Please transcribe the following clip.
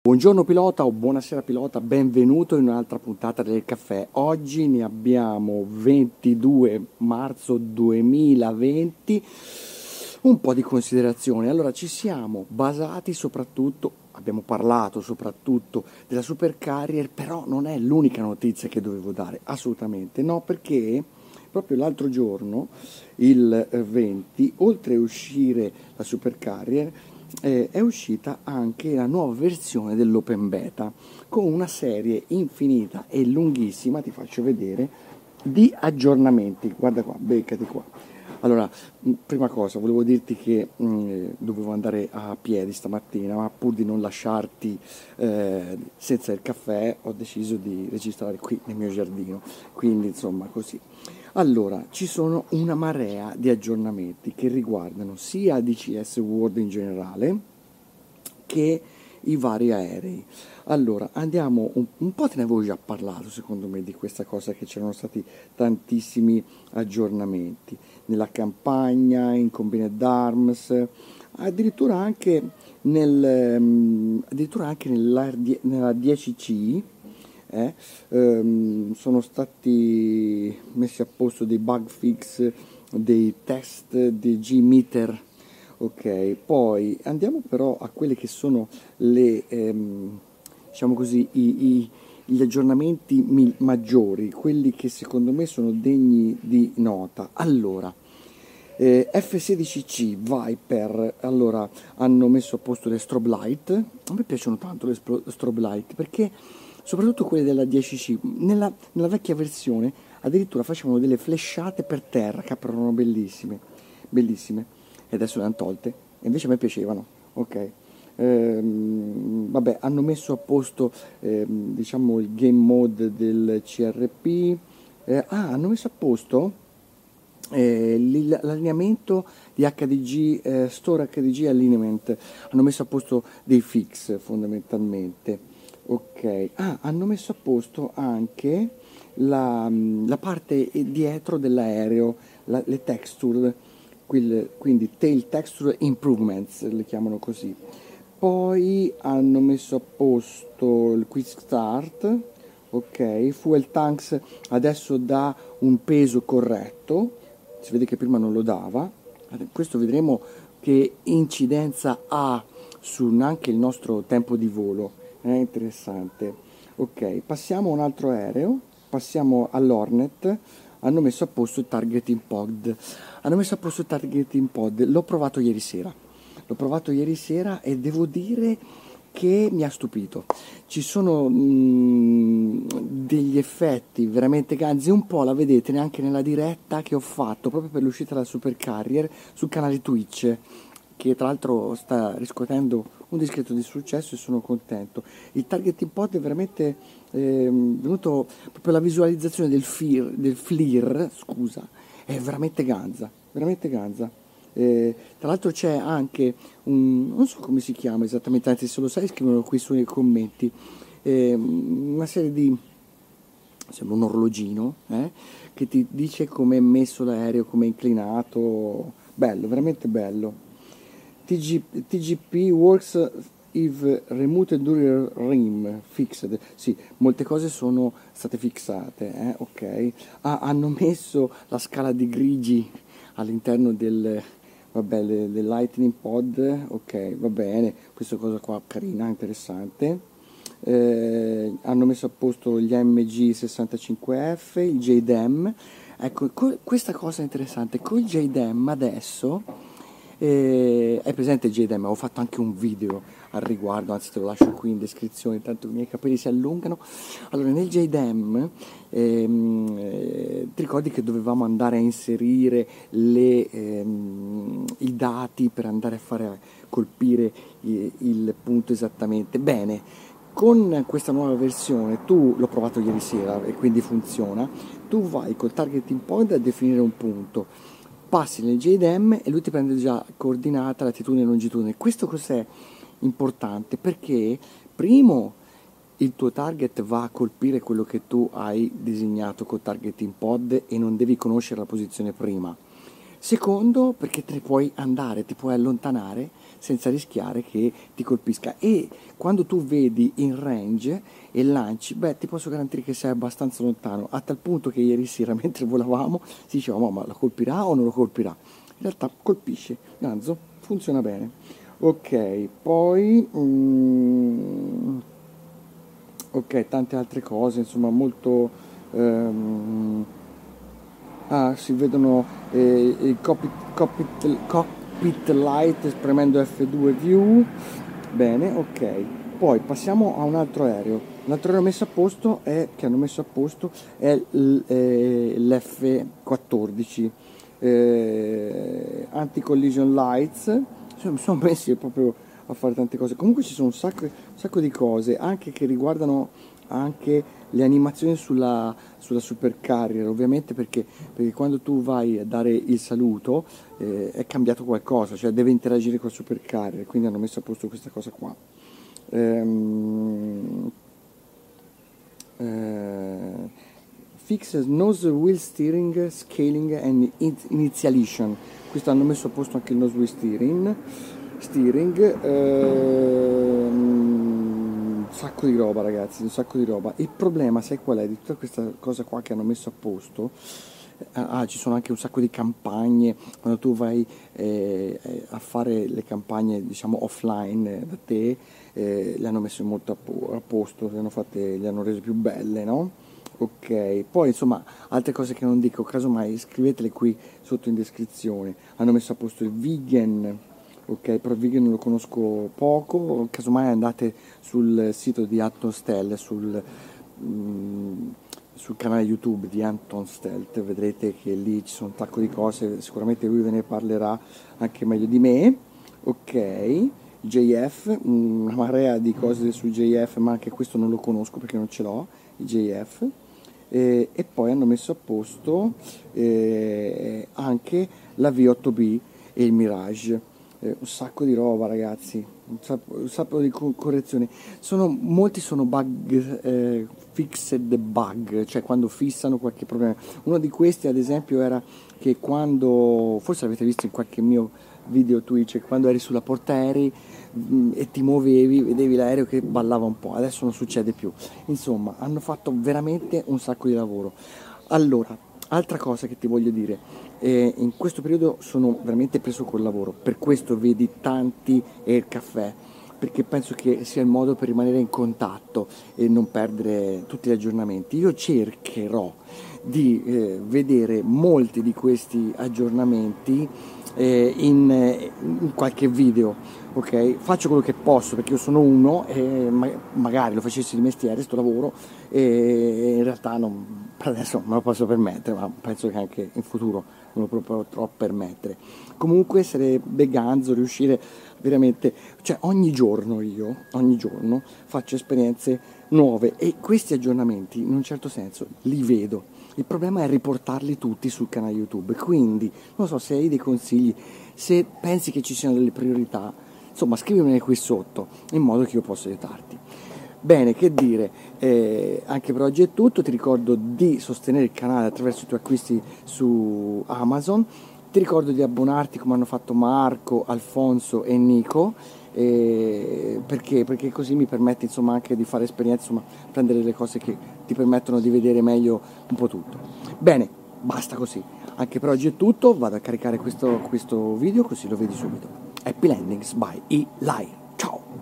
Buongiorno pilota o buonasera pilota, benvenuto in un'altra puntata del caffè. Oggi ne abbiamo 22 marzo 2020, un po' di considerazioni. Allora, ci siamo basati soprattutto, abbiamo parlato soprattutto della Supercarrier, però non è l'unica notizia che dovevo dare, assolutamente no, perché proprio l'altro giorno, il 20, oltre a uscire la Supercarrier, è uscita anche la nuova versione dell'Open Beta con una serie infinita e lunghissima, ti faccio vedere, di aggiornamenti. Guarda qua, beccati qua. Allora, prima cosa, volevo dirti che dovevo andare a piedi stamattina, ma pur di non lasciarti senza il caffè, ho deciso di registrare qui nel mio giardino, quindi insomma così. Allora, ci sono una marea di aggiornamenti che riguardano sia DCS World in generale che i vari aerei. Allora, andiamo, un po' te ne avevo già parlato secondo me di questa cosa, che c'erano stati tantissimi aggiornamenti nella campagna, in Combined Arms, addirittura anche nella 10C. Sono stati messi a posto dei bug fix, dei test di G-meter. Ok, poi andiamo però a quelle che sono diciamo così, gli aggiornamenti maggiori, quelli che secondo me sono degni di nota. Allora, F16C Viper, allora hanno messo a posto le strobe light. A me piacciono tanto le strobe light perché soprattutto quelle della 10C, nella vecchia versione addirittura facevano delle flashate per terra che erano bellissime, bellissime, e adesso le hanno tolte, e invece a me piacevano, ok. Vabbè, hanno messo a posto diciamo il game mode del CRP, hanno messo a posto l'allineamento di HDG, Store HDG Alignment, hanno messo a posto dei fix fondamentalmente, ok. Hanno messo a posto anche la parte dietro dell'aereo, le texture, quindi tail texture improvements le chiamano così. Poi hanno messo a posto il quick start, ok. Fuel tanks adesso dà un peso corretto, si vede che prima non lo dava. Questo vedremo che incidenza ha su anche il nostro tempo di volo, è interessante. Ok, passiamo a un altro aereo, passiamo all'Hornet. Hanno messo a posto il targeting pod. L'ho provato ieri sera. E devo dire che mi ha stupito. Ci sono degli effetti veramente ganzi, un po' la vedete neanche nella diretta che ho fatto proprio per l'uscita della Supercarrier sul canale Twitch, che tra l'altro sta riscuotendo un discreto di successo e sono contento. Il targeting pod è veramente venuto, proprio la visualizzazione del FLIR, scusa, è veramente ganza, veramente ganza. Tra l'altro c'è anche non so come si chiama esattamente, anzi se lo sai scrivilo qui sui commenti, una serie di, sembra un orologino, che ti dice come è messo l'aereo, come è inclinato, bello, veramente bello. TGP works if remote during rim fixed. Sì, molte cose sono state fissate, ok. Hanno messo la scala di grigi all'interno del Lightning Pod, ok, va bene, questa cosa qua carina, interessante. Hanno messo a posto gli MG65F, il JDM. Ecco, questa cosa è interessante, con il JDM adesso, hai presente il JDM? Avevo fatto anche un video al riguardo, anzi te lo lascio qui in descrizione, intanto i miei capelli si allungano. Allora, nel JDM ti ricordi che dovevamo andare a inserire i dati per andare a colpire il punto esattamente? Bene, con questa nuova versione, l'ho provato ieri sera e quindi funziona, tu vai col targeting point a definire un punto, passi nel JDM e lui ti prende già coordinata, latitudine e longitudine. Questo cos'è importante? Perché primo il tuo target va a colpire quello che tu hai disegnato col targeting pod e non devi conoscere la posizione prima. Secondo, perché te ne puoi andare, ti puoi allontanare senza rischiare che ti colpisca. E quando tu vedi in range e lanci, beh, ti posso garantire che sei abbastanza lontano, a tal punto che ieri sera mentre volavamo si diceva, ma lo colpirà o non lo colpirà? In realtà colpisce, ganzo, funziona bene. Ok, poi ok, tante altre cose, insomma, molto si vedono il cockpit light premendo F2 view. Bene, ok. Poi passiamo a un altro aereo. L'altro aereo messo a posto che hanno messo a posto è l'F-14 anti-collision lights. Mi sono messi proprio a fare tante cose. Comunque ci sono un sacco di cose anche che riguardano anche le animazioni sulla supercarrier, ovviamente perché quando tu vai a dare il saluto è cambiato qualcosa, cioè deve interagire col supercarrier, quindi hanno messo a posto questa cosa qua. Fix nose wheel steering, scaling and initialization. Questo hanno messo a posto anche il nose wheel steering, un sacco di roba ragazzi, un sacco di roba. Il problema, sai qual è, di tutta questa cosa qua che hanno messo a posto? Ci sono anche un sacco di campagne, quando tu vai a fare le campagne diciamo offline da te, le hanno messe molto a posto, le hanno rese più belle, no? Ok, poi insomma altre cose che non dico, casomai scrivetele qui sotto in descrizione. Hanno messo a posto il vegan, ok, però il vegan lo conosco poco, casomai andate sul sito di Anton Stell, sul canale YouTube di Anton Stelt, vedrete che lì ci sono un sacco di cose, sicuramente lui ve ne parlerà anche meglio di me. Ok, JF, una marea di cose su JF, ma anche questo non lo conosco perché non ce l'ho, il JF. E poi hanno messo a posto anche la V8B e il Mirage, un sacco di roba ragazzi, un sacco di correzioni, molti sono bug, fixed bug, cioè quando fissano qualche problema. Uno di questi ad esempio era che quando, forse l'avete visto in qualche mio video Twitch, quando eri sulla portaerei e ti muovevi, vedevi l'aereo che ballava un po', adesso non succede più. Insomma, hanno fatto veramente un sacco di lavoro. Allora, altra cosa che ti voglio dire, in questo periodo sono veramente preso col lavoro, per questo vedi tanti Air Caffè, perché penso che sia il modo per rimanere in contatto e non perdere tutti gli aggiornamenti. Io cercherò di vedere molti di questi aggiornamenti in qualche video, ok? Faccio quello che posso perché io sono uno e magari lo facessi di mestiere sto lavoro e in realtà per adesso me lo posso permettere, ma penso che anche in futuro me lo potrò permettere. Comunque sarebbe ganzo riuscire veramente, cioè ogni giorno faccio esperienze nuove e questi aggiornamenti in un certo senso li vedo. Il problema è riportarli tutti sul canale YouTube, quindi non so se hai dei consigli, se pensi che ci siano delle priorità, insomma scrivimene qui sotto in modo che io possa aiutarti. Bene, che dire, anche per oggi è tutto, ti ricordo di sostenere il canale attraverso i tuoi acquisti su Amazon, ti ricordo di abbonarti come hanno fatto Marco, Alfonso e Nico, perché così mi permette insomma anche di fare esperienza, insomma prendere le cose che ti permettono di vedere meglio un po' tutto. Bene, basta così, anche per oggi è tutto, vado a caricare questo video così lo vedi subito. Happy Landings by Eli, ciao!